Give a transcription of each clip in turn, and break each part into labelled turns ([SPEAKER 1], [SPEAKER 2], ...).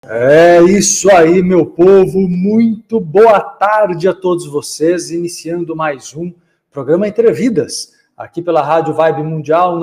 [SPEAKER 1] É isso aí, meu povo. Muito boa tarde a todos vocês. Iniciando mais um programa Entre Vidas, aqui pela Rádio Vibe Mundial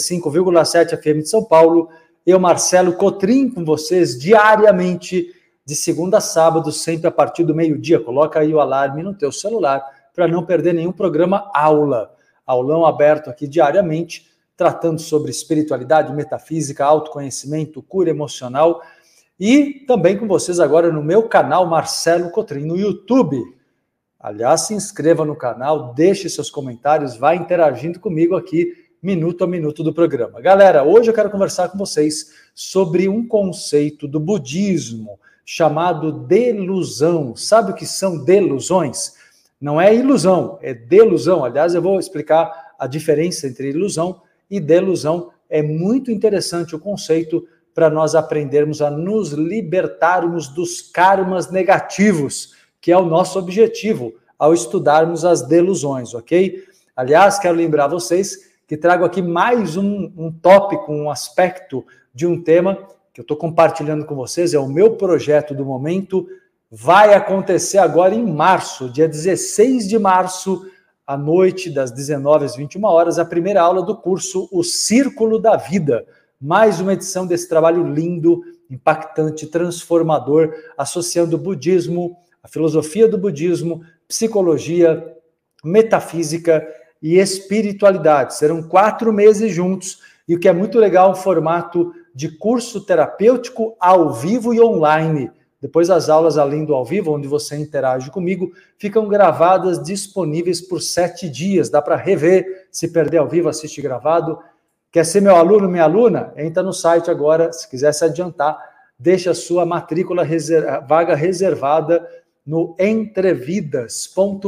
[SPEAKER 1] 95,7 FM de São Paulo. Eu, Marcelo Cotrim, com vocês diariamente, de segunda a sábado, sempre a partir do meio-dia. Coloca aí o alarme no teu celular para não perder nenhum programa aula. Aulão aberto aqui diariamente, tratando sobre espiritualidade, metafísica, autoconhecimento, cura emocional. E também com vocês agora no meu canal Marcelo Cotrim, no YouTube. Aliás, se inscreva no canal, deixe seus comentários, vá interagindo comigo aqui, minuto a minuto do programa. Galera, hoje eu quero conversar com vocês sobre um conceito do budismo chamado delusão. Sabe o que são delusões? Não é ilusão, é delusão. Aliás, eu vou explicar a diferença entre ilusão e delusão. É muito interessante o conceito para nós aprendermos a nos libertarmos dos karmas negativos, que é o nosso objetivo ao estudarmos as delusões, ok? Aliás, quero lembrar vocês que trago aqui mais um tópico, um aspecto de um tema que eu estou compartilhando com vocês, é o meu projeto do momento, vai acontecer agora em março, dia 16 de março, à noite, das 19 às 21 horas, a primeira aula do curso O Círculo da Vida. Mais uma edição desse trabalho lindo, impactante, transformador, associando o budismo, a filosofia do budismo, psicologia, metafísica e espiritualidade. Serão 4 meses juntos e o que é muito legal, um formato de curso terapêutico ao vivo e online. Depois as aulas, além do ao vivo, onde você interage comigo, ficam gravadas, disponíveis por 7 dias. Dá para rever, se perder ao vivo, assiste gravado. Quer ser meu aluno, minha aluna? Entra no site agora, se quiser se adiantar, deixa a sua matrícula vaga reservada no entrevidas.com.br,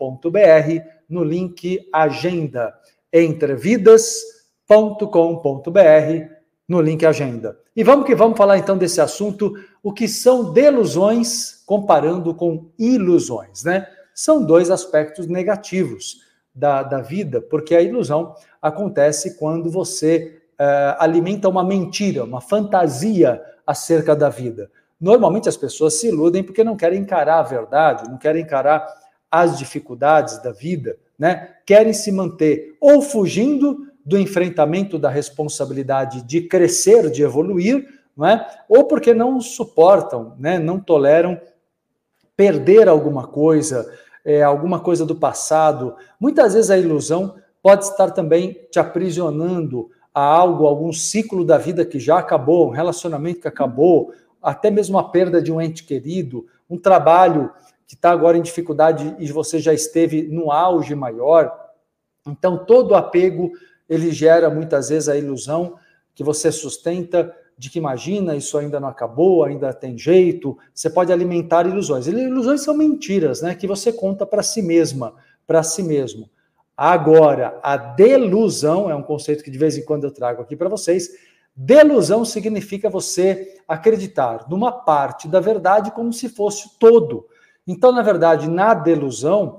[SPEAKER 1] no link Agenda. entrevidas.com.br, no link Agenda. E vamos que vamos falar então desse assunto, o que são delusões comparando com ilusões, né? São 2 aspectos negativos da vida, porque a ilusão acontece quando você alimenta uma mentira, uma fantasia acerca da vida. Normalmente as pessoas se iludem porque não querem encarar a verdade, não querem encarar as dificuldades da vida, né? Querem se manter ou fugindo do enfrentamento da responsabilidade de crescer, de evoluir, não é? Ou porque não suportam, né? Não toleram perder alguma coisa do passado. Muitas vezes a ilusão pode estar também te aprisionando a algo, algum ciclo da vida que já acabou, um relacionamento que acabou, até mesmo a perda de um ente querido, um trabalho que está agora em dificuldade e você já esteve no auge maior. Então, todo apego, ele gera muitas vezes a ilusão que você sustenta de que imagina, isso ainda não acabou, ainda tem jeito. Você pode alimentar ilusões. Ilusões são mentiras, né, que você conta para si mesma, para si mesmo. Agora, a delusão é um conceito que de vez em quando eu trago aqui para vocês. Delusão significa você acreditar numa parte da verdade como se fosse o todo. Então, na verdade, na delusão,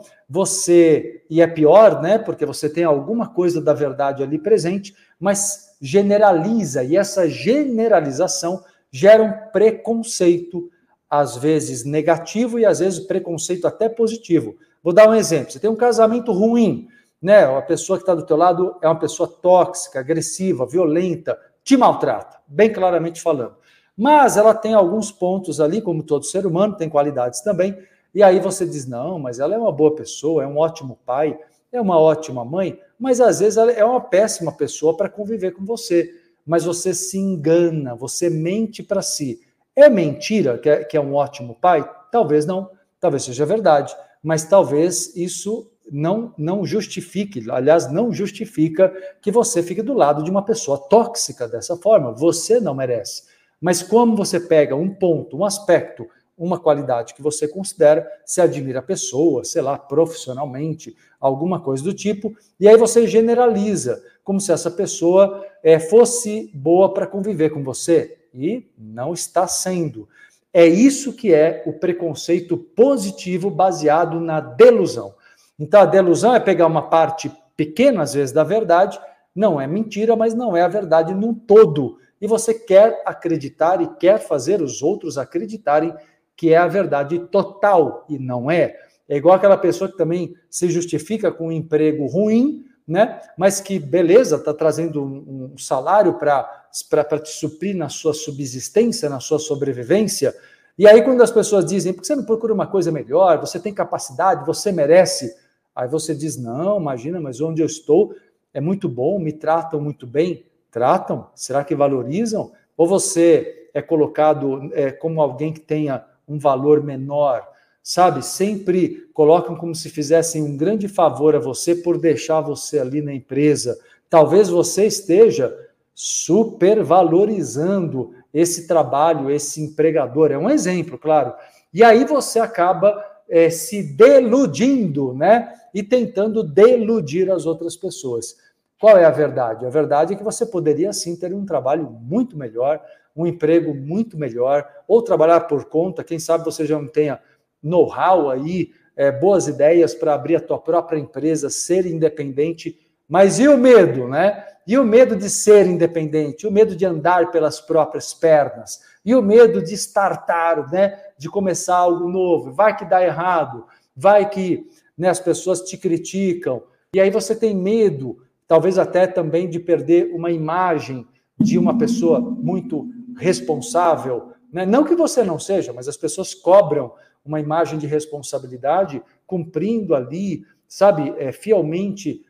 [SPEAKER 1] e é pior, né, porque você tem alguma coisa da verdade ali presente, mas generaliza, e essa generalização gera um preconceito, às vezes negativo e às vezes preconceito até positivo. Vou dar um exemplo. Você tem um casamento ruim, né? A pessoa que está do teu lado é uma pessoa tóxica, agressiva, violenta, te maltrata, bem claramente falando. Mas ela tem alguns pontos ali, como todo ser humano, tem qualidades também, e aí você diz, não, mas ela é uma boa pessoa, é um ótimo pai, é uma ótima mãe, mas às vezes ela é uma péssima pessoa para conviver com você. Mas você se engana, você mente para si. É mentira que é um ótimo pai? Talvez não, talvez seja verdade, mas talvez isso não justifique, aliás, não justifica que você fique do lado de uma pessoa tóxica dessa forma. Você não merece. Mas como você pega um ponto, um aspecto, uma qualidade que você considera, se admira a pessoa, sei lá, profissionalmente, alguma coisa do tipo, e aí você generaliza, como se essa pessoa fosse boa para conviver com você, e não está sendo. É isso que é o preconceito positivo baseado na delusão. Então a delusão é pegar uma parte pequena, às vezes, da verdade, não é mentira, mas não é a verdade num todo, e você quer acreditar e quer fazer os outros acreditarem que é a verdade total, e não é. É igual aquela pessoa que também se justifica com um emprego ruim, né? Mas que, beleza, está trazendo um salário para te suprir na sua subsistência, na sua sobrevivência. E aí, quando as pessoas dizem, por que você não procura uma coisa melhor? Você tem capacidade, você merece. Aí você diz, não, imagina, mas onde eu estou é muito bom, me tratam muito bem. Tratam? Será que valorizam? Ou você é colocado como alguém que tenha um valor menor? Sabe, sempre colocam como se fizessem um grande favor a você por deixar você ali na empresa. Talvez você esteja supervalorizando esse trabalho, esse empregador. É um exemplo, claro. E aí você acaba se deludindo, né? E tentando deludir as outras pessoas. Qual é a verdade? A verdade é que você poderia, sim, ter um trabalho muito melhor, um emprego muito melhor, ou trabalhar por conta, quem sabe você já não tenha know-how aí, boas ideias para abrir a tua própria empresa, ser independente, mas e o medo, né? E o medo de ser independente, o medo de andar pelas próprias pernas, e o medo de startar, né? De começar algo novo, vai que dá errado, vai que, né, as pessoas te criticam, e aí você tem medo, talvez até também de perder uma imagem de uma pessoa muito responsável, né? Não que você não seja, mas as pessoas cobram uma imagem de responsabilidade, cumprindo ali, sabe, fielmente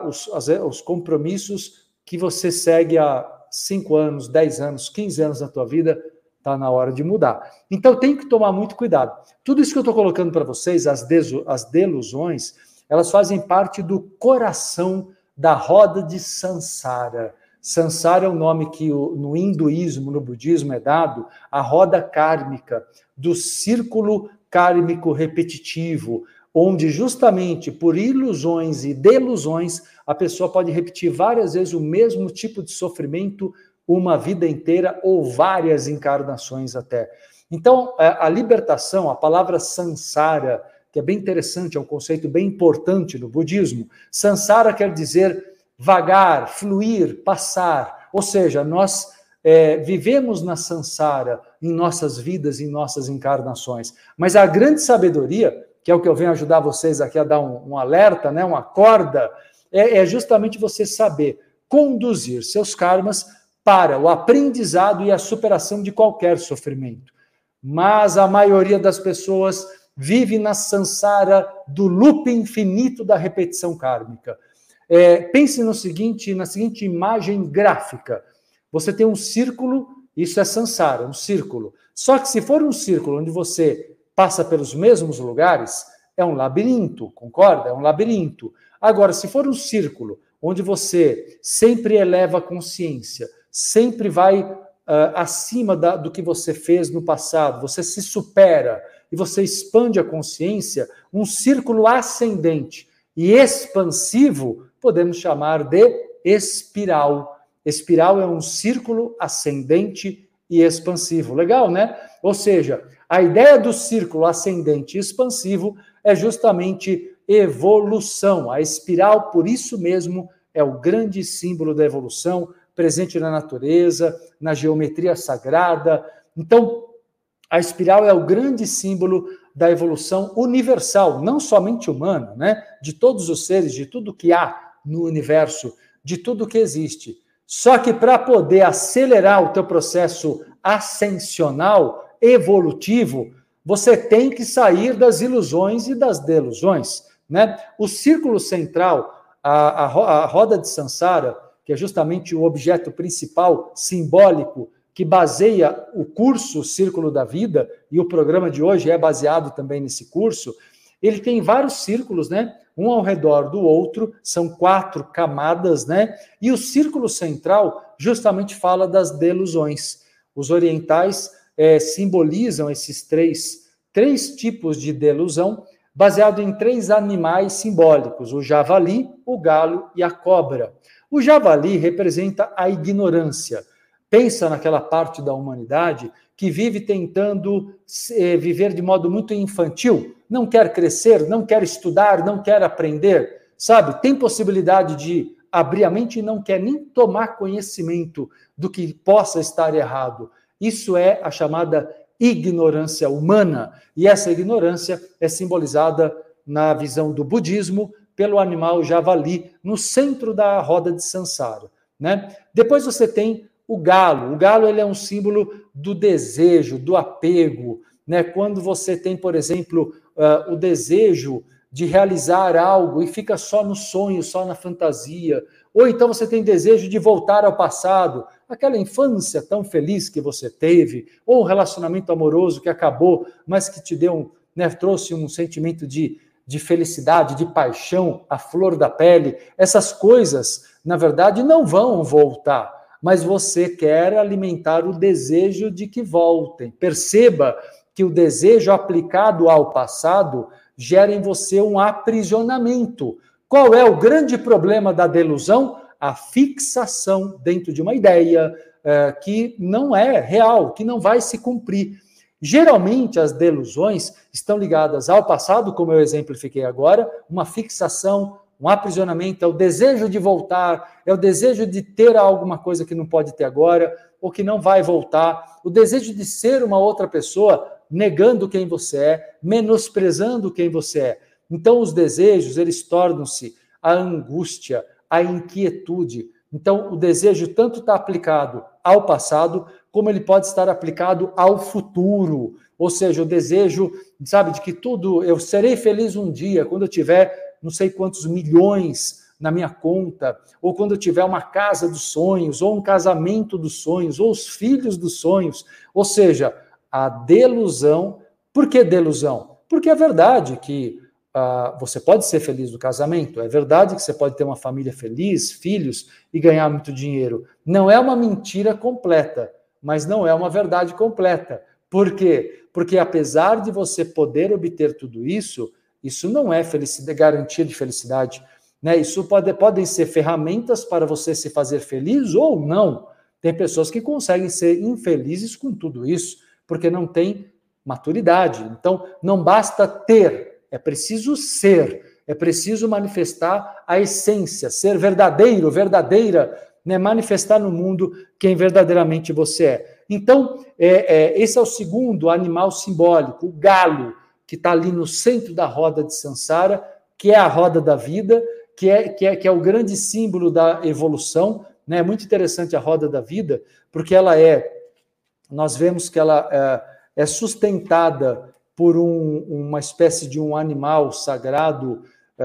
[SPEAKER 1] os compromissos que você segue há 5 anos, 10 anos, 15 anos na tua vida, está na hora de mudar. Então tem que tomar muito cuidado. Tudo isso que eu estou colocando para vocês, as delusões, elas fazem parte do coração da roda de Sansara. Sansara é o nome que no hinduísmo, no budismo é dado, a roda kármica, do círculo kármico repetitivo, onde justamente por ilusões e delusões a pessoa pode repetir várias vezes o mesmo tipo de sofrimento uma vida inteira ou várias encarnações até. Então, a libertação, a palavra Sansara, que é bem interessante, é um conceito bem importante no budismo. Sansara quer dizer vagar, fluir, passar, ou seja, nós vivemos na Sansara em nossas vidas, em nossas encarnações. Mas a grande sabedoria, que é o que eu venho ajudar vocês aqui a dar um alerta, né, uma corda, é justamente você saber conduzir seus karmas para o aprendizado e a superação de qualquer sofrimento. Mas a maioria das pessoas vive na Sansara do loop infinito da repetição kármica. Pense na seguinte imagem gráfica. Você tem um círculo, isso é Sansara, um círculo. Só que se for um círculo onde você passa pelos mesmos lugares, é um labirinto, concorda? É um labirinto. Agora, se for um círculo onde você sempre eleva a consciência, sempre vai acima do que você fez no passado, você se supera e você expande a consciência, um círculo ascendente e expansivo, podemos chamar de espiral. Espiral é um círculo ascendente e expansivo. Legal, né? Ou seja, a ideia do círculo ascendente e expansivo é justamente evolução. A espiral, por isso mesmo, é o grande símbolo da evolução, presente na natureza, na geometria sagrada. Então, a espiral é o grande símbolo da evolução universal, não somente humana, né? De todos os seres, de tudo que há no universo, de tudo que existe. Só que para poder acelerar o teu processo ascensional, evolutivo, você tem que sair das ilusões e das delusões, né? O círculo central, a roda de Sansara, que é justamente o objeto principal, simbólico, que baseia o curso Círculo da Vida, e o programa de hoje é baseado também nesse curso, ele tem vários círculos, né? Um ao redor do outro, são 4 camadas, né? E o círculo central justamente fala das delusões. Os orientais simbolizam esses três tipos de delusão, baseado em 3 animais simbólicos, o javali, o galo e a cobra. O javali representa a ignorância. Pensa naquela parte da humanidade que vive tentando viver de modo muito infantil, não quer crescer, não quer estudar, não quer aprender, sabe? Tem possibilidade de abrir a mente e não quer nem tomar conhecimento do que possa estar errado. Isso é a chamada ignorância humana. E essa ignorância é simbolizada na visão do budismo pelo animal javali, no centro da roda de Sansara, né? Depois você tem o galo. O galo, ele é um símbolo do desejo, do apego, né? Quando você tem, por exemplo, o desejo de realizar algo e fica só no sonho, só na fantasia, ou então você tem desejo de voltar ao passado, aquela infância tão feliz que você teve, ou um relacionamento amoroso que acabou, mas que te deu, né, trouxe um sentimento de felicidade, de paixão, a flor da pele. Essas coisas, na verdade, não vão voltar, mas você quer alimentar o desejo de que voltem. Perceba que o desejo aplicado ao passado gera em você um aprisionamento. Qual é o grande problema da delusão? A fixação dentro de uma ideia que não é real, que não vai se cumprir. Geralmente, as delusões estão ligadas ao passado, como eu exemplifiquei agora, uma fixação, um aprisionamento, é o desejo de voltar, é o desejo de ter alguma coisa que não pode ter agora, ou que não vai voltar, o desejo de ser uma outra pessoa, negando quem você é, menosprezando quem você é. Então, os desejos, eles tornam-se a angústia, a inquietude. Então, o desejo tanto está aplicado ao passado, como ele pode estar aplicado ao futuro. Ou seja, o desejo, sabe, de que tudo, eu serei feliz um dia, quando eu tiver não sei quantos milhões na minha conta, ou quando eu tiver uma casa dos sonhos, ou um casamento dos sonhos, ou os filhos dos sonhos. Ou seja, a delusão. Por que delusão? Porque é verdade que você pode ser feliz no casamento, é verdade que você pode ter uma família feliz, filhos e ganhar muito dinheiro. Não é uma mentira completa, mas não é uma verdade completa. Por quê? Porque apesar de você poder obter tudo isso, isso não é felicidade, garantia de felicidade, né? Isso podem ser ferramentas para você se fazer feliz ou não. Tem pessoas que conseguem ser infelizes com tudo isso, porque não tem maturidade. Então, não basta ter, é preciso ser, é preciso manifestar a essência, ser verdadeiro, verdadeira, né? Manifestar no mundo quem verdadeiramente você é. Então, esse é o segundo animal simbólico, o galo, que está ali no centro da roda de Sansara, que é a roda da vida, que é o grande símbolo da evolução, né? É muito interessante a roda da vida, porque nós vemos que ela é sustentada por uma espécie de um animal sagrado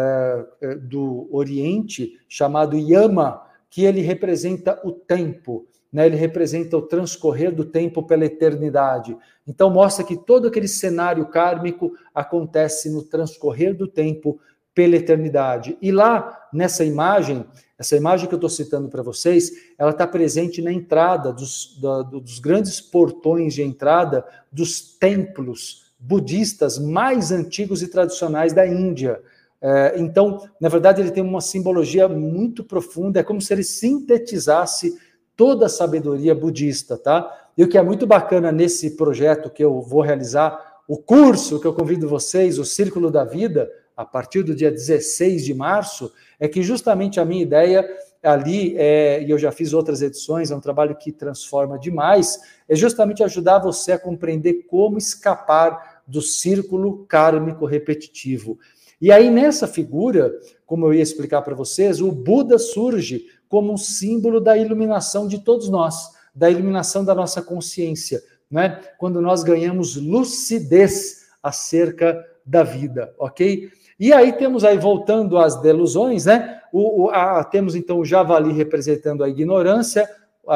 [SPEAKER 1] do Oriente, chamado Yama, que ele representa o tempo, né? Ele representa o transcorrer do tempo pela eternidade. Então mostra que todo aquele cenário kármico acontece no transcorrer do tempo pela eternidade. E lá, nessa imagem, essa imagem que eu estou citando para vocês, ela está presente na entrada dos grandes portões de entrada dos templos budistas mais antigos e tradicionais da Índia. Então, na verdade, ele tem uma simbologia muito profunda, é como se ele sintetizasse toda a sabedoria budista, tá? E o que é muito bacana nesse projeto que eu vou realizar, o curso que eu convido vocês, o Círculo da Vida, a partir do dia 16 de março, é que justamente a minha ideia ali, e eu já fiz outras edições, é um trabalho que transforma demais, é justamente ajudar você a compreender como escapar do círculo kármico repetitivo. E aí, nessa figura, como eu ia explicar para vocês, o Buda surge como um símbolo da iluminação de todos nós, da iluminação da nossa consciência, né? Quando nós ganhamos lucidez acerca da vida, ok? E aí temos aí, voltando às delusões, né? Temos então o javali representando a ignorância,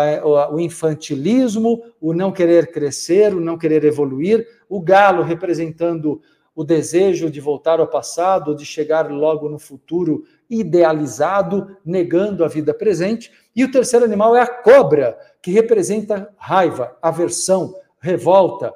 [SPEAKER 1] o infantilismo, o não querer crescer, o não querer evoluir, o galo representando o desejo de voltar ao passado, de chegar logo no futuro idealizado, negando a vida presente. E o terceiro animal é a cobra, que representa raiva, aversão, revolta.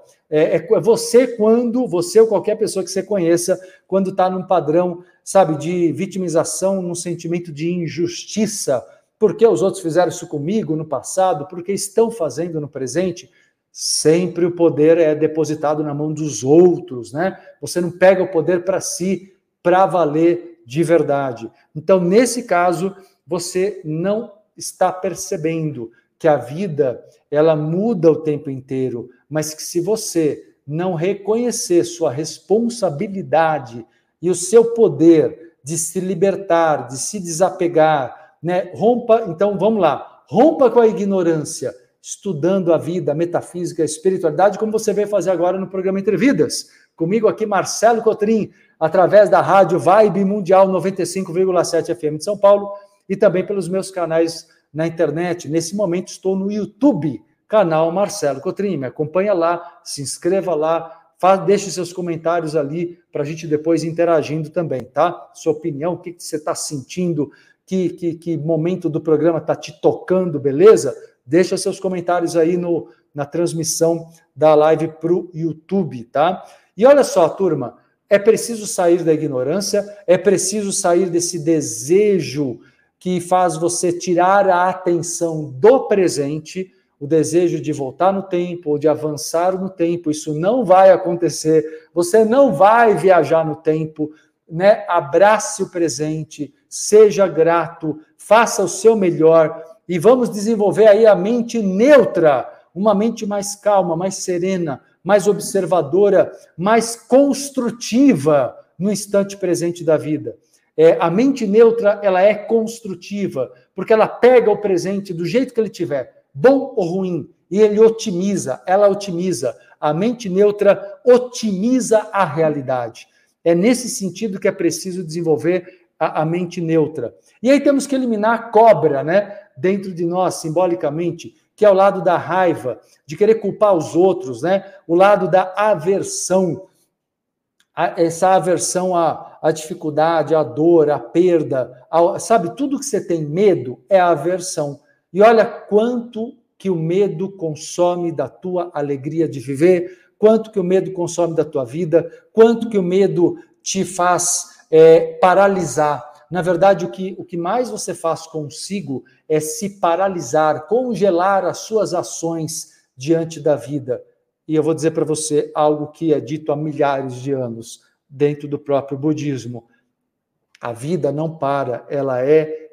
[SPEAKER 1] Você ou qualquer pessoa que você conheça, quando está num padrão, sabe, de vitimização, num sentimento de injustiça, porque os outros fizeram isso comigo no passado, porque estão fazendo no presente, sempre o poder é depositado na mão dos outros, né? Você não pega o poder para si, para valer de verdade. Então, nesse caso, você não está percebendo que a vida, ela muda o tempo inteiro, mas que se você não reconhecer sua responsabilidade e o seu poder de se libertar, de se desapegar, né? Então vamos lá, rompa com a ignorância, estudando a vida, a metafísica, a espiritualidade, como você veio fazer agora no programa Entre Vidas. Comigo aqui, Marcelo Cotrim, através da rádio Vibe Mundial 95,7 FM de São Paulo e também pelos meus canais na internet. Nesse momento estou no YouTube, canal Marcelo Cotrim. Me acompanha lá, se inscreva lá, deixe seus comentários ali para a gente depois interagindo também, tá? Sua opinião, o que você está sentindo, que momento do programa está te tocando, beleza? Deixa seus comentários aí na transmissão da live para o YouTube, tá? E olha só, turma, é preciso sair da ignorância, é preciso sair desse desejo que faz você tirar a atenção do presente, o desejo de voltar no tempo ou de avançar no tempo. Isso não vai acontecer, você não vai viajar no tempo, né? Abrace o presente, seja grato, faça o seu melhor e vamos desenvolver aí a mente neutra, uma mente mais calma, mais serena, mais observadora, mais construtiva no instante presente da vida. A mente neutra, ela é construtiva, porque ela pega o presente do jeito que ele tiver, bom ou ruim, e ela otimiza. A mente neutra otimiza a realidade. É nesse sentido que é preciso desenvolver a mente neutra. E aí temos que eliminar a cobra, né, dentro de nós, simbolicamente, que é o lado da raiva, de querer culpar os outros, né? O lado da aversão, essa aversão à dificuldade, à dor, à perda, sabe, tudo que você tem medo é a aversão. E olha quanto que o medo consome da tua alegria de viver, quanto que o medo consome da tua vida, quanto que o medo te faz paralisar. Na verdade, o que mais você faz consigo é se paralisar, congelar as suas ações diante da vida. E eu vou dizer para você algo que é dito há milhares de anos dentro do próprio budismo. A vida não para, ela é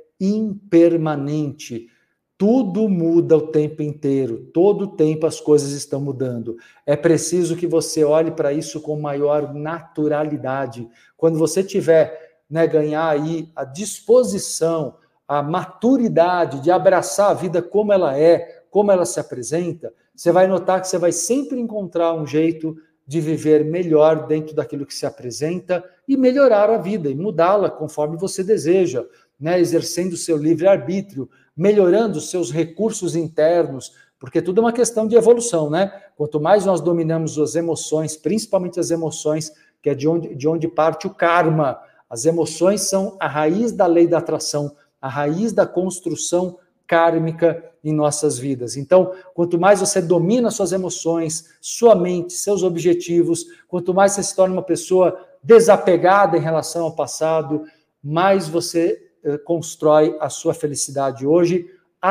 [SPEAKER 1] impermanente. Tudo muda o tempo inteiro, todo o tempo as coisas estão mudando. É preciso que você olhe para isso com maior naturalidade. Quando você tiver, né, ganhar aí a disposição, a maturidade de abraçar a vida como ela é, como ela se apresenta, você vai notar que você vai sempre encontrar um jeito de viver melhor dentro daquilo que se apresenta e melhorar a vida e mudá-la conforme você deseja, né, exercendo o seu livre-arbítrio, melhorando os seus recursos internos, porque tudo é uma questão de evolução, né? Quanto mais nós dominamos as emoções, principalmente as emoções, que é de onde parte o karma. As emoções são a raiz da lei da atração, a raiz da construção kármica em nossas vidas. Então, quanto mais você domina suas emoções, sua mente, seus objetivos, quanto mais você se torna uma pessoa desapegada em relação ao passado, mais você constrói a sua felicidade hoje,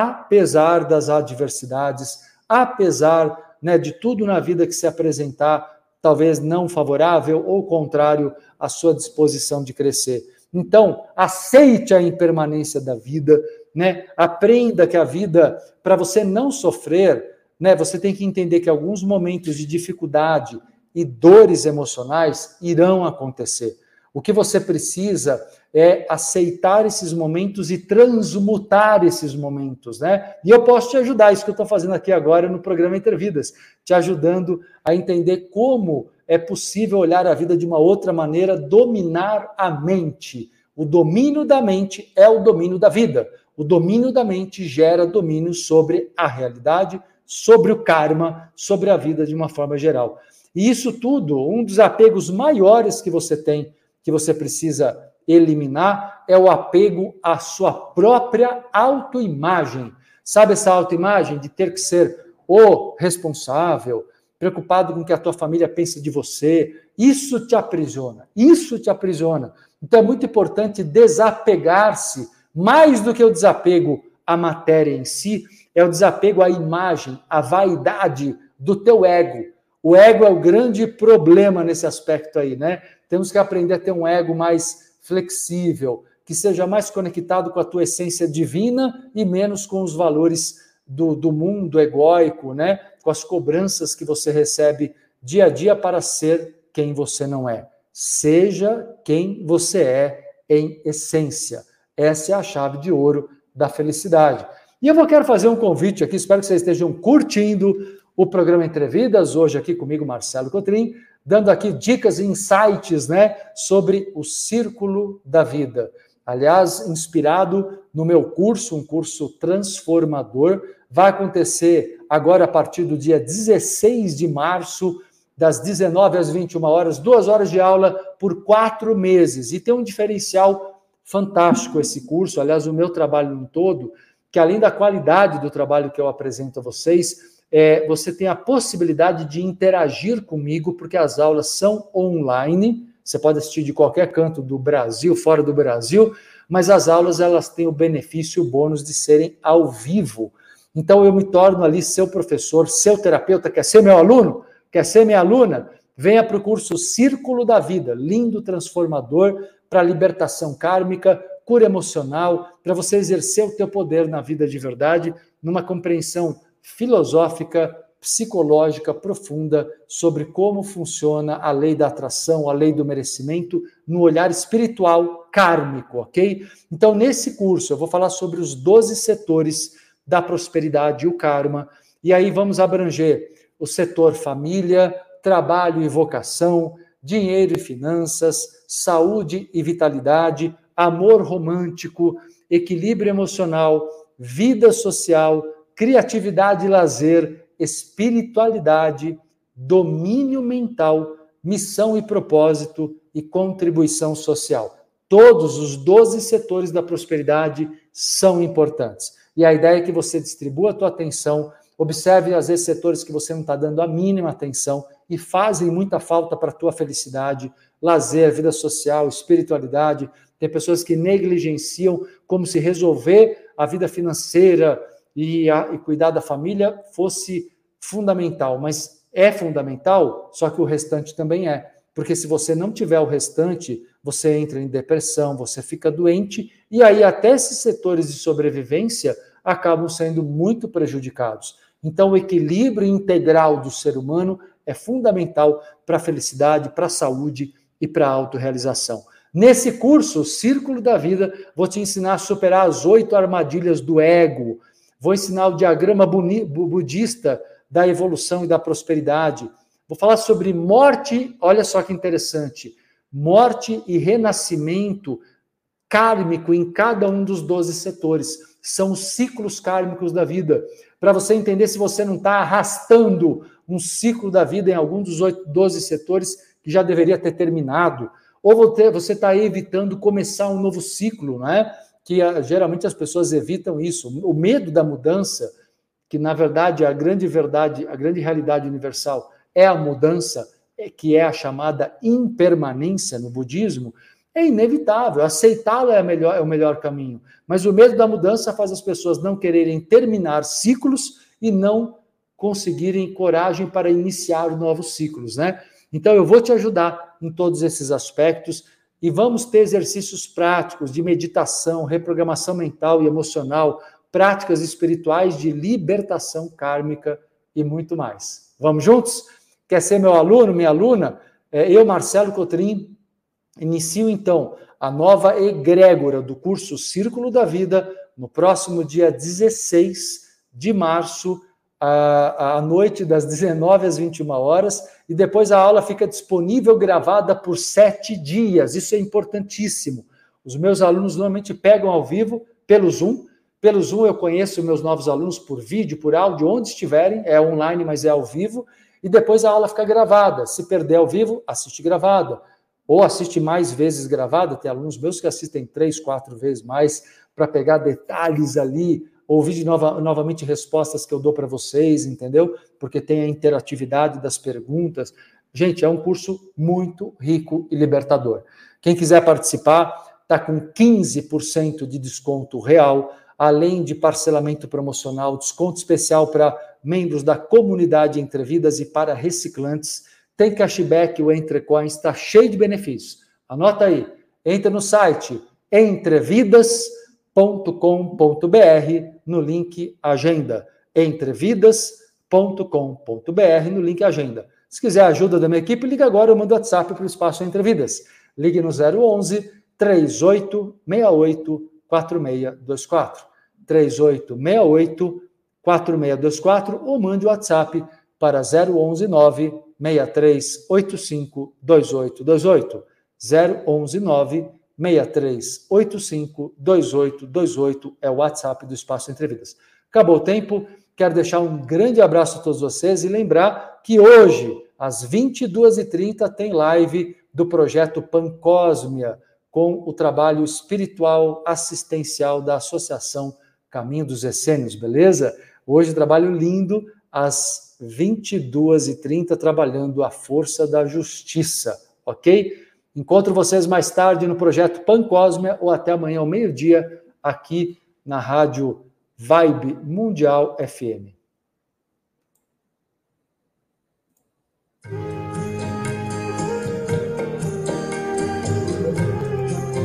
[SPEAKER 1] apesar das adversidades, apesar, né, de tudo na vida que se apresentar, talvez não favorável ou contrário à sua disposição de crescer. Então, aceite a impermanência da vida, né? Aprenda que a vida, para você não sofrer, né, você tem que entender que alguns momentos de dificuldade e dores emocionais irão acontecer. O que você precisa é aceitar esses momentos e transmutar esses momentos, né? E eu posso te ajudar, isso que eu estou fazendo aqui agora no programa Entre Vidas, te ajudando a entender como é possível olhar a vida de uma outra maneira, dominar a mente. O domínio da mente é o domínio da vida. O domínio da mente gera domínio sobre a realidade, sobre o karma, sobre a vida de uma forma geral. E isso tudo, um dos apegos maiores que você tem, que você precisa eliminar, é o apego à sua própria autoimagem. Sabe essa autoimagem de ter que ser o responsável, preocupado com o que a tua família pensa de você? Isso te aprisiona, isso te aprisiona. Então é muito importante desapegar-se, mais do que o desapego à matéria em si, é o desapego à imagem, à vaidade do teu ego. O ego é o grande problema nesse aspecto aí, né? Temos que aprender a ter um ego mais flexível, que seja mais conectado com a tua essência divina e menos com os valores do mundo egóico, né? Com as cobranças que você recebe dia a dia para ser quem você não é. Seja quem você é em essência. Essa é a chave de ouro da felicidade. E eu quero fazer um convite aqui, espero que vocês estejam curtindo o programa Entrevidas, hoje aqui comigo, Marcelo Cotrim, dando aqui dicas e insights, né, sobre o círculo da vida. Aliás, inspirado no meu curso, um curso transformador, vai acontecer agora a partir do dia 16 de março, das 19 às 21 horas, 2 horas de aula por 4 meses. E tem um diferencial fantástico esse curso, aliás, o meu trabalho no todo, que além da qualidade do trabalho que eu apresento a vocês, você tem a possibilidade de interagir comigo, porque as aulas são online, você pode assistir de qualquer canto do Brasil, fora do Brasil, mas as aulas elas têm o benefício, o bônus de serem ao vivo. Então eu me torno ali seu professor, seu terapeuta, quer ser meu aluno? Quer ser minha aluna? Venha para o curso Círculo da Vida, lindo, transformador, para libertação kármica, cura emocional, para você exercer o teu poder na vida de verdade, numa compreensão filosófica, psicológica profunda sobre como funciona a lei da atração, a lei do merecimento, no olhar espiritual kármico, ok? Então, nesse curso, eu vou falar sobre os 12 setores da prosperidade e o karma, e aí vamos abranger o setor família, trabalho e vocação, dinheiro e finanças, saúde e vitalidade, amor romântico, equilíbrio emocional, vida social, criatividade e lazer, espiritualidade, domínio mental, missão e propósito e contribuição social. Todos os 12 setores da prosperidade são importantes. E a ideia é que você distribua a tua atenção, observe às vezes setores que você não está dando a mínima atenção e fazem muita falta para a tua felicidade, lazer, vida social, espiritualidade. Tem pessoas que negligenciam como se resolver a vida financeira e cuidar da família fosse fundamental, mas é fundamental, só que o restante também é. Porque se você não tiver o restante, você entra em depressão, você fica doente, e aí até esses setores de sobrevivência acabam sendo muito prejudicados. Então o equilíbrio integral do ser humano é fundamental para a felicidade, para a saúde e para a autorrealização. Nesse curso, Círculo da Vida, vou te ensinar a superar as 8 armadilhas do ego, vou ensinar o diagrama budista da evolução e da prosperidade, vou falar sobre morte, olha só que interessante, morte e renascimento kármico em cada um dos 12 setores, são os ciclos kármicos da vida, para você entender se você não está arrastando um ciclo da vida em algum dos 12 setores que já deveria ter terminado, ou você está evitando começar um novo ciclo, né? Que geralmente as pessoas evitam isso. O medo da mudança, que na verdade a grande realidade universal é a mudança, que é a chamada impermanência no budismo, é inevitável. Aceitá-la é o melhor caminho. Mas o medo da mudança faz as pessoas não quererem terminar ciclos e não conseguirem coragem para iniciar novos ciclos, né? Então eu vou te ajudar em todos esses aspectos e vamos ter exercícios práticos de meditação, reprogramação mental e emocional, práticas espirituais de libertação kármica e muito mais. Vamos juntos? Quer ser meu aluno, minha aluna? Eu, Marcelo Cotrim, inicio então a nova egrégora do curso Círculo da Vida no próximo dia 16 de março, à noite, das 19 às 21 horas, e depois a aula fica disponível gravada por 7 dias. Isso é importantíssimo. Os meus alunos normalmente pegam ao vivo pelo Zoom. Pelo Zoom eu conheço meus novos alunos por vídeo, por áudio, onde estiverem, é online, mas é ao vivo, e depois a aula fica gravada. Se perder ao vivo, assiste gravada. Ou assiste mais vezes gravada, tem alunos meus que assistem 3, 4 vezes mais, para pegar detalhes ali, ouvir novamente respostas que eu dou para vocês, entendeu? Porque tem a interatividade das perguntas. Gente, é um curso muito rico e libertador. Quem quiser participar, está com 15% de desconto real, além de parcelamento promocional, desconto especial para membros da comunidade Entrevidas e para reciclantes. Tem cashback, o Entrecoins está cheio de benefícios. Anota aí, entra no site entrevidas.com.br no link Agenda. entrevidas.com.br no link Agenda. Se quiser a ajuda da minha equipe, liga agora, eu mando WhatsApp para o Espaço Entrevidas. Ligue no 011 3868 4624. 3868 4624 ou mande o WhatsApp para 011 9 6385 2828. 011 9 6385 2828 é o WhatsApp do Espaço Entrevidas. Acabou o tempo, quero deixar um grande abraço a todos vocês e lembrar que hoje, às 22h30, tem live do projeto Pancósmia, com o trabalho espiritual assistencial da Associação Caminho dos Essênios, beleza? Hoje, trabalho lindo, às 22h30, trabalhando a força da justiça, ok? Encontro vocês mais tarde no projeto Pancósmia ou até amanhã ao meio-dia aqui na Rádio Vibe Mundial FM.